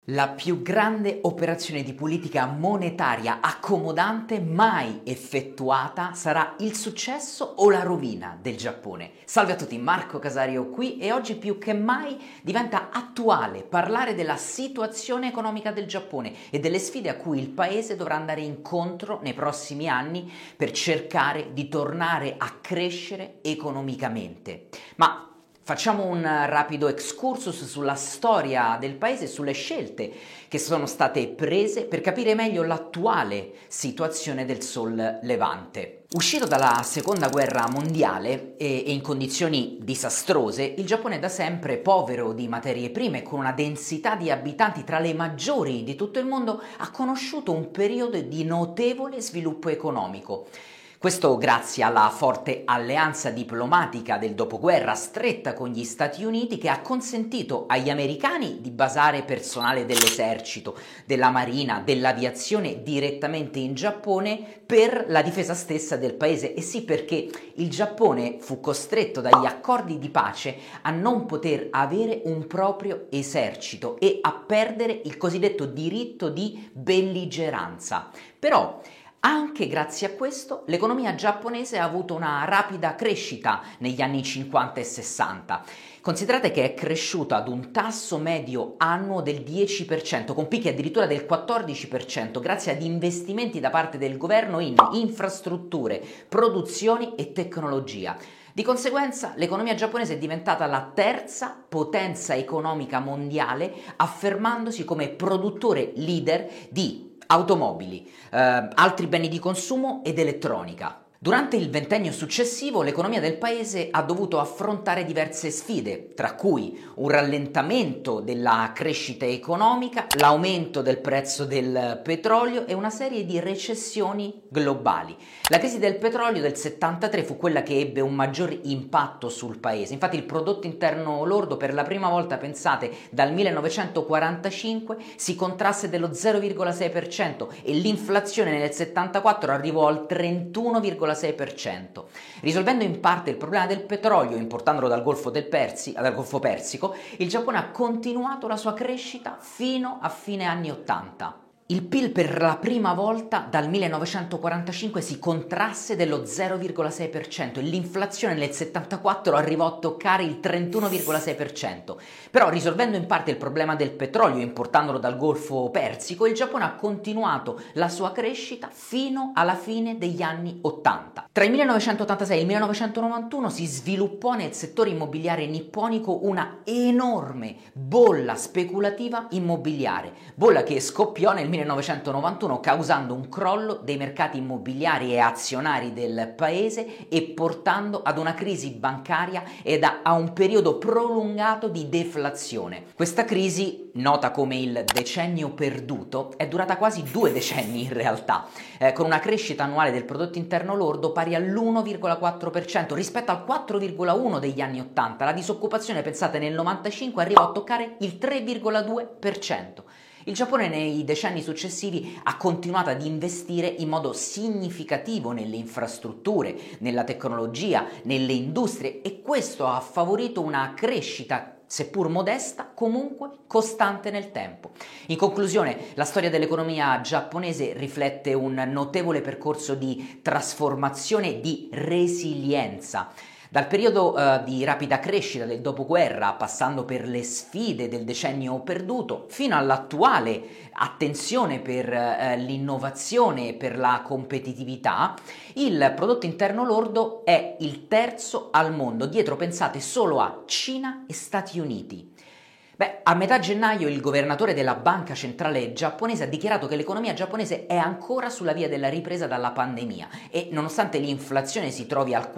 La più grande operazione di politica monetaria accomodante mai effettuata sarà il successo o la rovina del Giappone. Salve a tutti, Marco Casario qui e oggi più che mai diventa attuale parlare della situazione economica del Giappone e delle sfide a cui il paese dovrà andare incontro nei prossimi anni per cercare di tornare a crescere economicamente. Ma facciamo un rapido excursus sulla storia del paese e sulle scelte che sono state prese per capire meglio l'attuale situazione del Sol Levante. Uscito dalla seconda guerra mondiale e in condizioni disastrose, il Giappone è da sempre povero di materie prime, con una densità di abitanti tra le maggiori di tutto il mondo, ha conosciuto un periodo di notevole sviluppo economico. Questo grazie alla forte alleanza diplomatica del dopoguerra stretta con gli Stati Uniti, che ha consentito agli americani di basare personale dell'esercito, della marina, dell'aviazione direttamente in Giappone per la difesa stessa del paese. E sì, perché il Giappone fu costretto dagli accordi di pace a non poter avere un proprio esercito e a perdere il cosiddetto diritto di belligeranza. Però anche grazie a questo l'economia giapponese ha avuto una rapida crescita negli anni 50 e 60. Considerate che è cresciuta ad un tasso medio annuo del 10%, con picchi addirittura del 14%, grazie ad investimenti da parte del governo in infrastrutture, produzioni e tecnologia. Di conseguenza, l'economia giapponese è diventata la terza potenza economica mondiale, affermandosi come produttore leader di automobili, altri beni di consumo ed elettronica. Durante il ventennio successivo l'economia del paese ha dovuto affrontare diverse sfide, tra cui un rallentamento della crescita economica, l'aumento del prezzo del petrolio e una serie di recessioni globali. La crisi del petrolio del 73 fu quella che ebbe un maggior impatto sul paese. Infatti il prodotto interno lordo per la prima volta, pensate, dal 1945 si contrasse dello 0,6% e l'inflazione nel 74 arrivò al 31,6%. Risolvendo in parte il problema del petrolio importandolo dal Golfo Persico, il Giappone ha continuato la sua crescita fino a fine anni 80. Il PIL per la prima volta dal 1945 si contrasse dello 0,6% e l'inflazione nel 74 arrivò a toccare il 31,6%. Però, risolvendo in parte il problema del petrolio importandolo dal Golfo Persico, il Giappone ha continuato la sua crescita fino alla fine degli anni 80. Tra il 1986 e il 1991 si sviluppò nel settore immobiliare nipponico una enorme bolla speculativa immobiliare, bolla che scoppiò nel 1991 causando un crollo dei mercati immobiliari e azionari del paese e portando ad una crisi bancaria ed a un periodo prolungato di deflazione. Questa crisi, nota come il decennio perduto, è durata quasi 2 decenni in realtà, con una crescita annuale del prodotto interno lordo pari all'1,4% rispetto al 4,1% degli anni 80. La disoccupazione, pensate, nel 95 arrivò a toccare il 3,2%. Il Giappone nei decenni successivi ha continuato ad investire in modo significativo nelle infrastrutture, nella tecnologia, nelle industrie, e questo ha favorito una crescita, seppur modesta, comunque costante nel tempo. In conclusione, la storia dell'economia giapponese riflette un notevole percorso di trasformazione e di resilienza. Dal periodo di rapida crescita del dopoguerra, passando per le sfide del decennio perduto, fino all'attuale attenzione per l'innovazione e per la competitività, il prodotto interno lordo è il terzo al mondo, dietro, pensate, solo a Cina e Stati Uniti. A metà gennaio il governatore della banca centrale giapponese ha dichiarato che l'economia giapponese è ancora sulla via della ripresa dalla pandemia e, nonostante l'inflazione si trovi al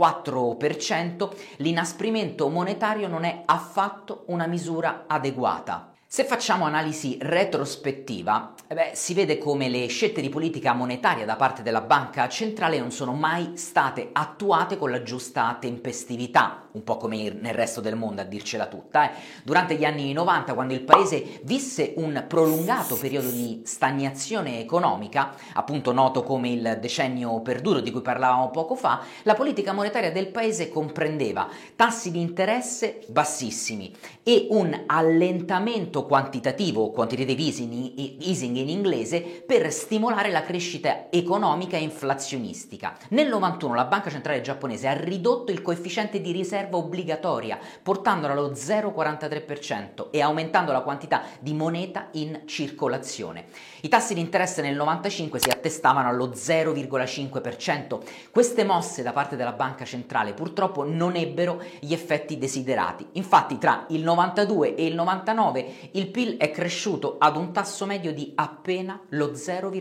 4%, l'inasprimento monetario non è affatto una misura adeguata. Se facciamo analisi retrospettiva, si vede come le scelte di politica monetaria da parte della banca centrale non sono mai state attuate con la giusta tempestività, un po' come nel resto del mondo, a dircela tutta. Durante gli anni 90, quando il paese visse un prolungato periodo di stagnazione economica, appunto noto come il decennio perduto di cui parlavamo poco fa, la politica monetaria del paese comprendeva tassi di interesse bassissimi e un allentamento strumento quantitativo, quantitative easing in inglese, per stimolare la crescita economica e inflazionistica. Nel 91 la Banca Centrale Giapponese ha ridotto il coefficiente di riserva obbligatoria, portandola allo 0,43% e aumentando la quantità di moneta in circolazione. I tassi di interesse nel 95 si attestavano allo 0,5%. Queste mosse da parte della Banca Centrale purtroppo non ebbero gli effetti desiderati. Infatti tra il 92 e il 99 il PIL è cresciuto ad un tasso medio di appena lo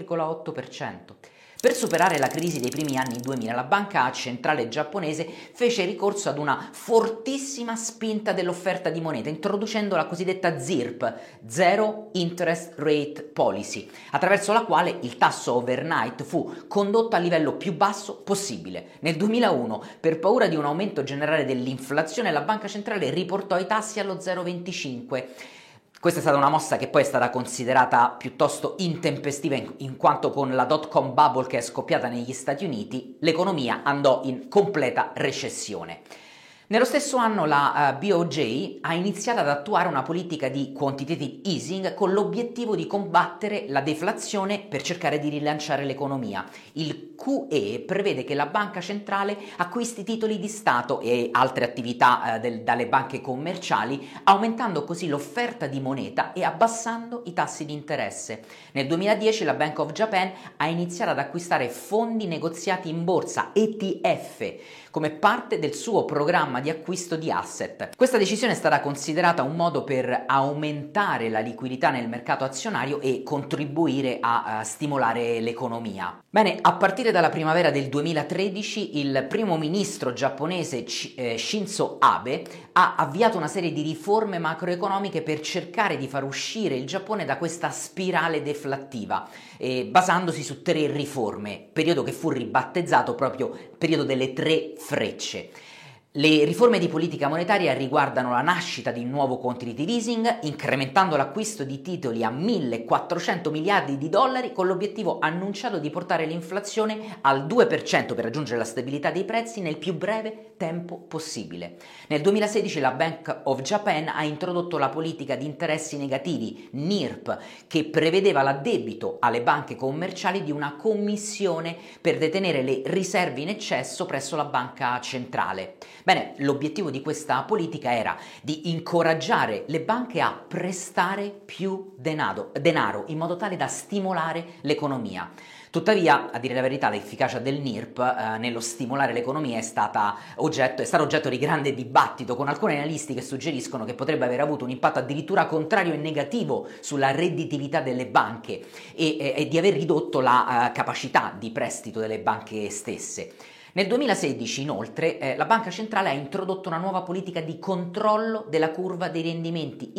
0,8%. Per superare la crisi dei primi anni 2000, la Banca Centrale Giapponese fece ricorso ad una fortissima spinta dell'offerta di moneta, introducendo la cosiddetta ZIRP, Zero Interest Rate Policy, attraverso la quale il tasso overnight fu condotto al livello più basso possibile. Nel 2001, per paura di un aumento generale dell'inflazione, la Banca Centrale riportò i tassi allo 0,25%. Questa è stata una mossa che poi è stata considerata piuttosto intempestiva in quanto con la dot-com bubble che è scoppiata negli Stati Uniti l'economia andò in completa recessione. Nello stesso anno la BOJ ha iniziato ad attuare una politica di quantitative easing con l'obiettivo di combattere la deflazione per cercare di rilanciare l'economia. Il QE prevede che la banca centrale acquisti titoli di Stato e altre attività dalle banche commerciali, aumentando così l'offerta di moneta e abbassando i tassi di interesse. Nel 2010 la Bank of Japan ha iniziato ad acquistare fondi negoziati in borsa, ETF, come parte del suo programma di acquisto di asset. Questa decisione è stata considerata un modo per aumentare la liquidità nel mercato azionario e contribuire a stimolare l'economia. Bene, a partire dalla primavera del 2013 il primo ministro giapponese Shinzo Abe ha avviato una serie di riforme macroeconomiche per cercare di far uscire il Giappone da questa spirale deflattiva, basandosi su 3 riforme, periodo che fu ribattezzato proprio periodo delle 3 frecce. Le riforme di politica monetaria riguardano la nascita di un nuovo quantitative easing, incrementando l'acquisto di titoli a 1.400 miliardi di dollari con l'obiettivo annunciato di portare l'inflazione al 2% per raggiungere la stabilità dei prezzi nel più breve tempo possibile. Nel 2016 la Bank of Japan ha introdotto la politica di interessi negativi, NIRP, che prevedeva l'addebito alle banche commerciali di una commissione per detenere le riserve in eccesso presso la banca centrale. Bene, l'obiettivo di questa politica era di incoraggiare le banche a prestare più denaro in modo tale da stimolare l'economia. Tuttavia, a dire la verità, l'efficacia del NIRP nello stimolare l'economia è stato oggetto di grande dibattito, con alcuni analisti che suggeriscono che potrebbe aver avuto un impatto addirittura contrario e negativo sulla redditività delle banche e di aver ridotto la capacità di prestito delle banche stesse. Nel 2016, inoltre, la Banca Centrale ha introdotto una nuova politica di controllo della curva dei rendimenti,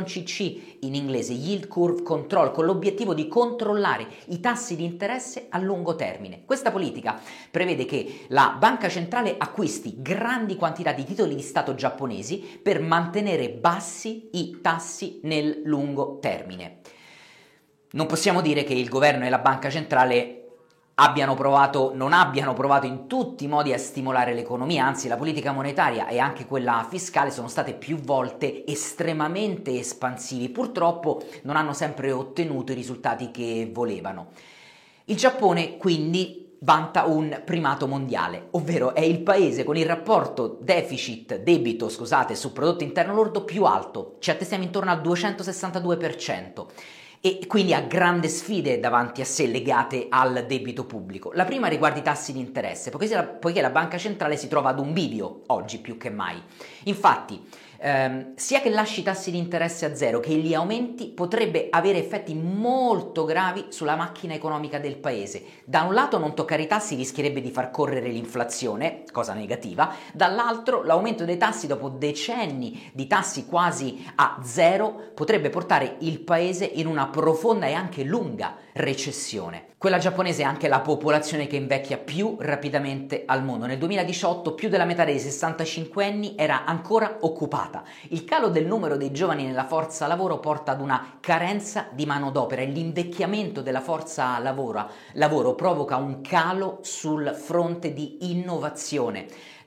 YCC in inglese, Yield Curve Control, con l'obiettivo di controllare i tassi di interesse a lungo termine. Questa politica prevede che la Banca Centrale acquisti grandi quantità di titoli di Stato giapponesi per mantenere bassi i tassi nel lungo termine. Non possiamo dire che il governo e la Banca Centrale non abbiano provato in tutti i modi a stimolare l'economia, anzi la politica monetaria e anche quella fiscale sono state più volte estremamente espansivi, purtroppo non hanno sempre ottenuto i risultati che volevano. Il Giappone quindi vanta un primato mondiale, ovvero è il paese con il rapporto debito su prodotto interno lordo più alto, ci attestiamo intorno al 262%. E quindi ha grandi sfide davanti a sé legate al debito pubblico. La prima riguarda i tassi di interesse, poiché la banca centrale si trova ad un bivio oggi più che mai. Infatti, sia che lasci i tassi di interesse a zero che li aumenti potrebbe avere effetti molto gravi sulla macchina economica del paese. Da un lato non toccare i tassi rischierebbe di far correre l'inflazione, cosa negativa, dall'altro l'aumento dei tassi dopo decenni di tassi quasi a zero potrebbe portare il paese in una profonda e anche lunga recessione. Quella giapponese è anche la popolazione che invecchia più rapidamente al mondo. Nel 2018 più della metà dei 65enni era ancora occupata. Il calo del numero dei giovani nella forza lavoro porta ad una carenza di manodopera e l'invecchiamento della forza lavoro provoca un calo sul fronte di innovazione.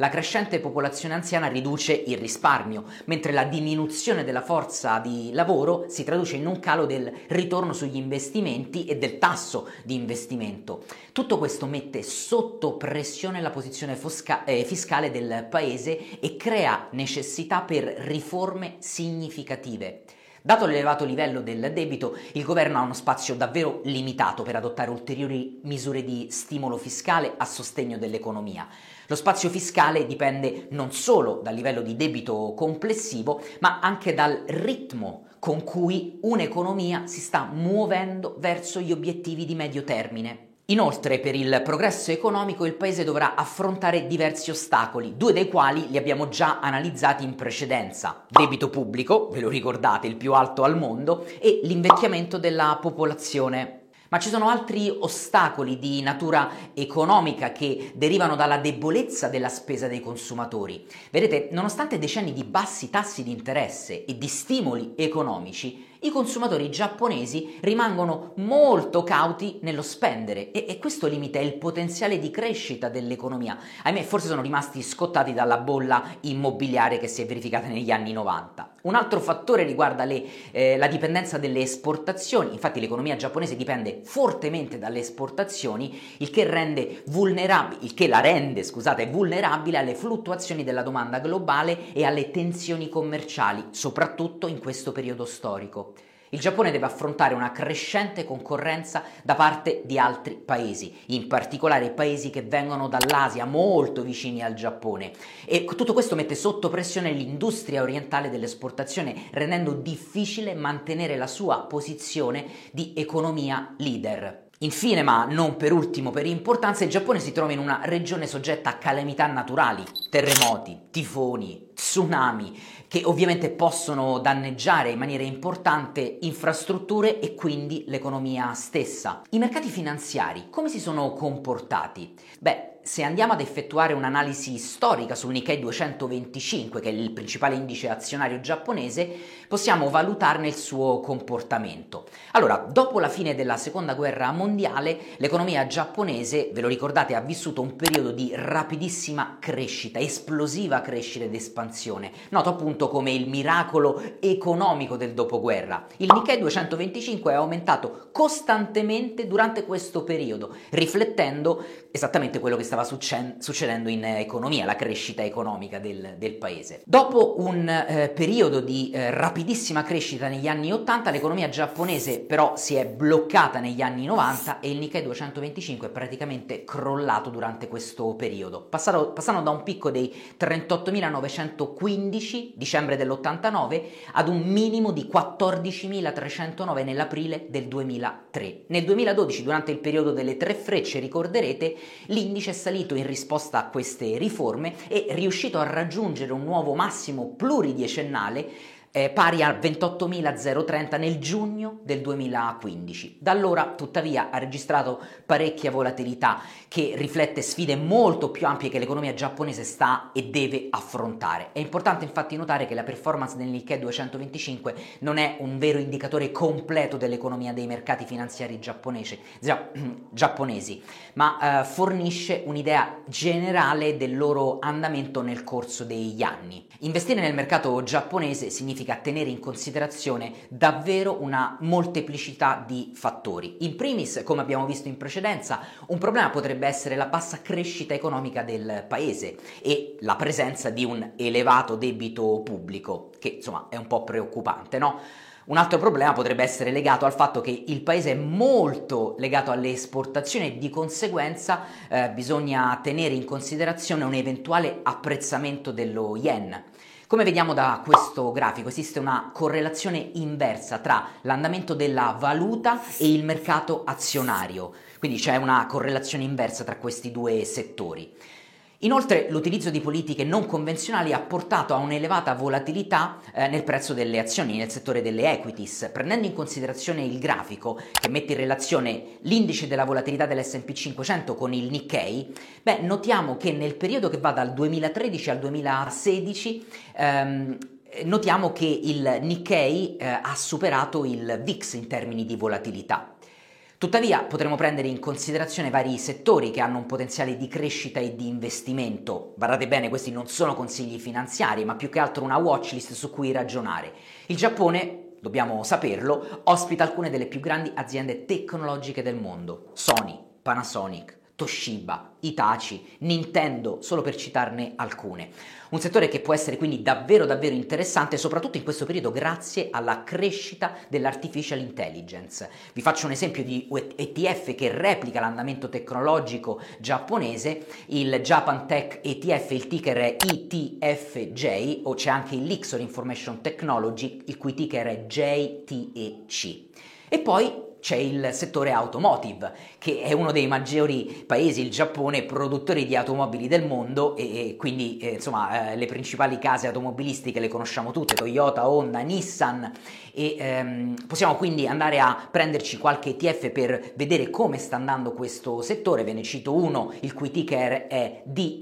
La crescente popolazione anziana riduce il risparmio, mentre la diminuzione della forza di lavoro si traduce in un calo del ritorno sugli investimenti e del tasso di investimento. Tutto questo mette sotto pressione la posizione fiscale del paese e crea necessità per riforme significative. Dato l'elevato livello del debito, il governo ha uno spazio davvero limitato per adottare ulteriori misure di stimolo fiscale a sostegno dell'economia. Lo spazio fiscale dipende non solo dal livello di debito complessivo, ma anche dal ritmo con cui un'economia si sta muovendo verso gli obiettivi di medio termine. Inoltre, per il progresso economico il Paese dovrà affrontare diversi ostacoli, due dei quali li abbiamo già analizzati in precedenza: debito pubblico, ve lo ricordate, il più alto al mondo, e l'invecchiamento della popolazione. Ma ci sono altri ostacoli di natura economica che derivano dalla debolezza della spesa dei consumatori. Vedete, nonostante decenni di bassi tassi di interesse e di stimoli economici, i consumatori giapponesi rimangono molto cauti nello spendere e questo limita il potenziale di crescita dell'economia. Ahimè, forse sono rimasti scottati dalla bolla immobiliare che si è verificata negli anni 90. Un altro fattore riguarda la dipendenza delle esportazioni. Infatti l'economia giapponese dipende fortemente dalle esportazioni, il che la rende vulnerabile alle fluttuazioni della domanda globale e alle tensioni commerciali, soprattutto in questo periodo storico. Il Giappone deve affrontare una crescente concorrenza da parte di altri paesi, in particolare paesi che vengono dall'Asia, molto vicini al Giappone. E tutto questo mette sotto pressione l'industria orientale dell'esportazione, rendendo difficile mantenere la sua posizione di economia leader. Infine, ma non per ultimo per importanza, il Giappone si trova in una regione soggetta a calamità naturali, terremoti, tifoni, tsunami, che ovviamente possono danneggiare in maniera importante infrastrutture e quindi l'economia stessa. I mercati finanziari come si sono comportati? Se andiamo ad effettuare un'analisi storica sul Nikkei 225, che è il principale indice azionario giapponese, possiamo valutarne il suo comportamento. Allora, dopo la fine della Seconda Guerra Mondiale, l'economia giapponese, ve lo ricordate, ha vissuto un periodo di rapidissima crescita, esplosiva crescita ed espansione, noto appunto come il miracolo economico del dopoguerra. Il Nikkei 225 è aumentato costantemente durante questo periodo, riflettendo esattamente quello che stava succedendo in economia, la crescita economica del paese. Dopo un periodo di rapidissima crescita negli anni 80, l'economia giapponese però si è bloccata negli anni 90 e il Nikkei 225 è praticamente crollato durante questo periodo, passando da un picco dei 38.915 dicembre dell'89 ad un minimo di 14.309 nell'aprile del 2003. Nel 2012, durante il periodo delle tre frecce, ricorderete, l'indice è salito in risposta a queste riforme e è riuscito a raggiungere un nuovo massimo pluridecennale pari a 28.030 nel giugno del 2015. Da allora, tuttavia, ha registrato parecchia volatilità che riflette sfide molto più ampie che l'economia giapponese sta e deve affrontare. È importante infatti notare che la performance del Nikkei 225 non è un vero indicatore completo dell'economia dei mercati finanziari giapponesi, ma fornisce un'idea generale del loro andamento nel corso degli anni. Investire nel mercato giapponese significa tenere in considerazione davvero una molteplicità di fattori. In primis, come abbiamo visto in precedenza, un problema potrebbe essere la bassa crescita economica del paese e la presenza di un elevato debito pubblico, che insomma è un po' preoccupante, no? Un altro problema potrebbe essere legato al fatto che il paese è molto legato alle esportazioni e di conseguenza bisogna tenere in considerazione un eventuale apprezzamento dello yen. Come vediamo da questo grafico, esiste una correlazione inversa tra l'andamento della valuta e il mercato azionario, quindi c'è una correlazione inversa tra questi due settori. Inoltre l'utilizzo di politiche non convenzionali ha portato a un'elevata volatilità nel prezzo delle azioni, nel settore delle equities. Prendendo in considerazione il grafico che mette in relazione l'indice della volatilità dell'S&P 500 con il Nikkei, notiamo che nel periodo che va dal 2013 al 2016 notiamo che il Nikkei ha superato il VIX in termini di volatilità. Tuttavia potremo prendere in considerazione vari settori che hanno un potenziale di crescita e di investimento. Badate bene, questi non sono consigli finanziari, ma più che altro una watchlist su cui ragionare. Il Giappone, dobbiamo saperlo, ospita alcune delle più grandi aziende tecnologiche del mondo: Sony, Panasonic, Toshiba, Hitachi, Nintendo, solo per citarne alcune. Un settore che può essere quindi davvero interessante, soprattutto in questo periodo grazie alla crescita dell'artificial intelligence. Vi faccio un esempio di ETF che replica l'andamento tecnologico giapponese, il Japan Tech ETF, il ticker è ITFJ, o c'è anche il Lixor Information Technology, il cui ticker è JTEC. E poi c'è il settore automotive, che è uno dei maggiori paesi, il Giappone, produttori di automobili del mondo e quindi le principali case automobilistiche le conosciamo tutte: Toyota, Honda, Nissan, e possiamo quindi andare a prenderci qualche ETF per vedere come sta andando questo settore. Ve ne cito uno, il cui ticker è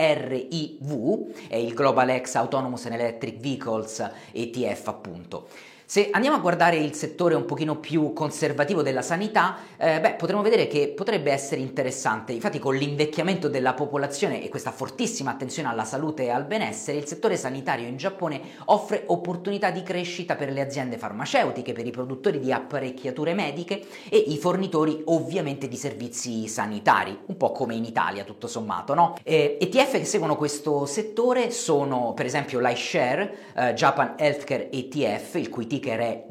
DRIV, è il Global X Autonomous and Electric Vehicles ETF appunto. Se andiamo a guardare il settore un pochino più conservativo della sanità, potremo vedere che potrebbe essere interessante. Infatti, con l'invecchiamento della popolazione e questa fortissima attenzione alla salute e al benessere, il settore sanitario in Giappone offre opportunità di crescita per le aziende farmaceutiche, per i produttori di apparecchiature mediche e i fornitori ovviamente di servizi sanitari, un po' come in Italia tutto sommato, no? ETF che seguono questo settore sono per esempio l'iShare, Japan Healthcare ETF, il cui ticker è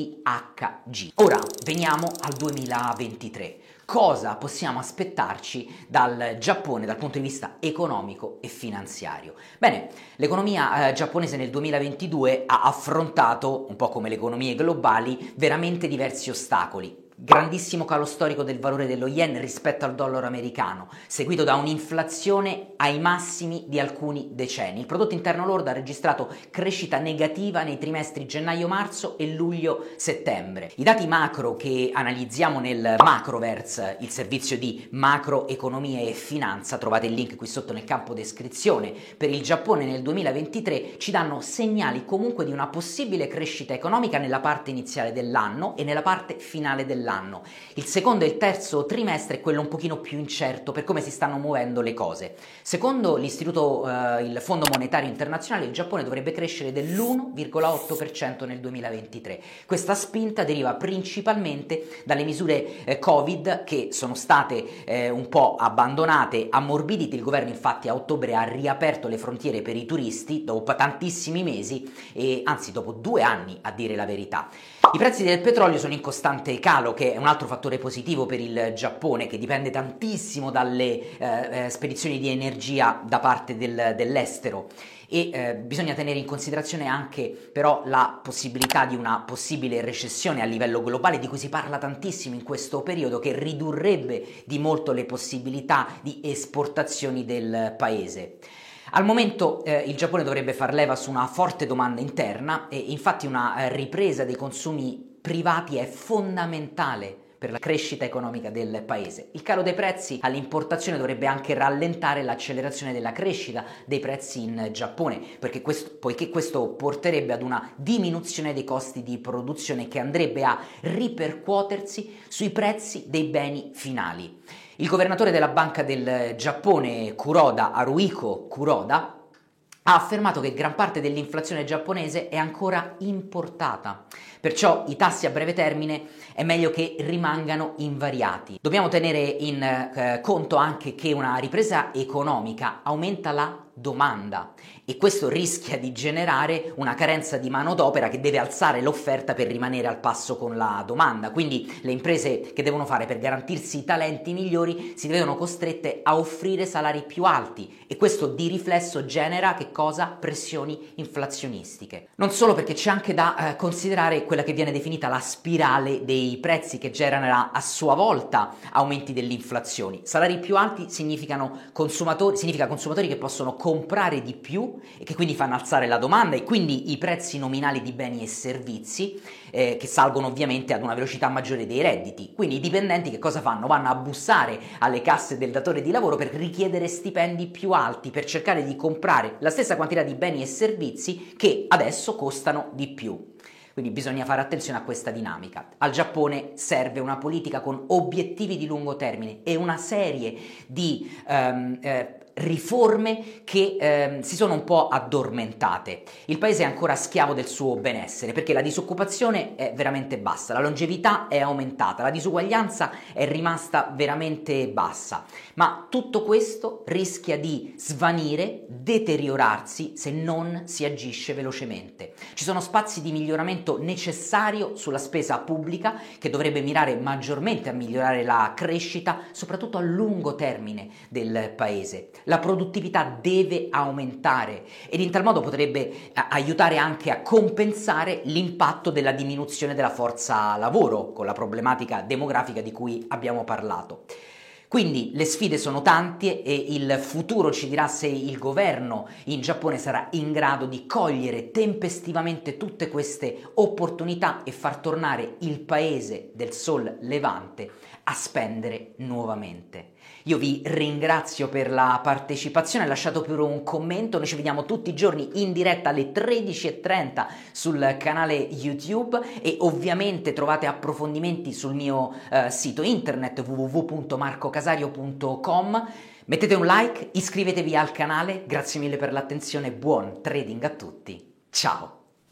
JHG. Ora veniamo al 2023. Cosa possiamo aspettarci dal Giappone dal punto di vista economico e finanziario? Bene, l'economia giapponese nel 2022 ha affrontato, un po' come le economie globali, veramente diversi ostacoli. Grandissimo calo storico del valore dello yen rispetto al dollaro americano, seguito da un'inflazione ai massimi di alcuni decenni. Il prodotto interno lordo ha registrato crescita negativa nei trimestri gennaio-marzo e luglio-settembre. I dati macro che analizziamo nel Macroverse, il servizio di macroeconomia e finanza, trovate il link qui sotto nel campo descrizione, per il Giappone nel 2023 ci danno segnali comunque di una possibile crescita economica nella parte iniziale dell'anno e nella parte finale dell'anno. Il secondo e il terzo trimestre è quello un pochino più incerto per come si stanno muovendo le cose. Secondo il Fondo Monetario Internazionale, il Giappone dovrebbe crescere dell'1,8% nel 2023. Questa spinta deriva principalmente dalle misure Covid che sono state un po' abbandonate, ammorbidite. Il governo infatti a ottobre ha riaperto le frontiere per i turisti dopo tantissimi mesi, e anzi dopo 2 anni a dire la verità. I prezzi del petrolio sono in costante calo, che è un altro fattore positivo per il Giappone, che dipende tantissimo dalle spedizioni di energia da parte dell'estero. E bisogna tenere in considerazione anche però la possibilità di una possibile recessione a livello globale, di cui si parla tantissimo in questo periodo, che ridurrebbe di molto le possibilità di esportazioni del paese. Al momento il Giappone dovrebbe far leva su una forte domanda interna e infatti una ripresa dei consumi privati è fondamentale per la crescita economica del paese. Il calo dei prezzi all'importazione dovrebbe anche rallentare l'accelerazione della crescita dei prezzi in Giappone, poiché questo porterebbe ad una diminuzione dei costi di produzione che andrebbe a ripercuotersi sui prezzi dei beni finali. Il governatore della Banca del Giappone, Haruhiko Kuroda, ha affermato che gran parte dell'inflazione giapponese è ancora importata, perciò i tassi a breve termine è meglio che rimangano invariati. Dobbiamo tenere in conto anche che una ripresa economica aumenta la domanda e questo rischia di generare una carenza di manodopera che deve alzare l'offerta per rimanere al passo con la domanda. Quindi le imprese che devono fare per garantirsi i talenti migliori si vedono costrette a offrire salari più alti e questo di riflesso genera che cosa? Pressioni inflazionistiche. Non solo, perché c'è anche da considerare quella che viene definita la spirale dei prezzi, che genererà a sua volta aumenti dell'inflazione. Salari più alti significa consumatori che possono comprare di più e che quindi fanno alzare la domanda e quindi i prezzi nominali di beni e servizi che salgono ovviamente ad una velocità maggiore dei redditi. Quindi i dipendenti che cosa fanno? Vanno a bussare alle casse del datore di lavoro per richiedere stipendi più alti, per cercare di comprare la stessa quantità di beni e servizi che adesso costano di più. Quindi bisogna fare attenzione a questa dinamica. Al Giappone serve una politica con obiettivi di lungo termine e una serie di riforme che si sono un po' addormentate. Il paese è ancora schiavo del suo benessere perché la disoccupazione è veramente bassa, la longevità è aumentata, la disuguaglianza è rimasta veramente bassa, ma tutto questo rischia di svanire, deteriorarsi se non si agisce velocemente. Ci sono spazi di miglioramento necessario sulla spesa pubblica che dovrebbe mirare maggiormente a migliorare la crescita, soprattutto a lungo termine del paese. La produttività deve aumentare ed in tal modo potrebbe aiutare anche a compensare l'impatto della diminuzione della forza lavoro con la problematica demografica di cui abbiamo parlato. Quindi le sfide sono tante e il futuro ci dirà se il governo in Giappone sarà in grado di cogliere tempestivamente tutte queste opportunità e far tornare il paese del Sol Levante a spendere nuovamente. Io vi ringrazio per la partecipazione, lasciate pure un commento, noi ci vediamo tutti i giorni in diretta alle 13:30 sul canale YouTube e ovviamente trovate approfondimenti sul mio sito internet www.marcocasario.com. Mettete un like, iscrivetevi al canale, grazie mille per l'attenzione, buon trading a tutti, ciao!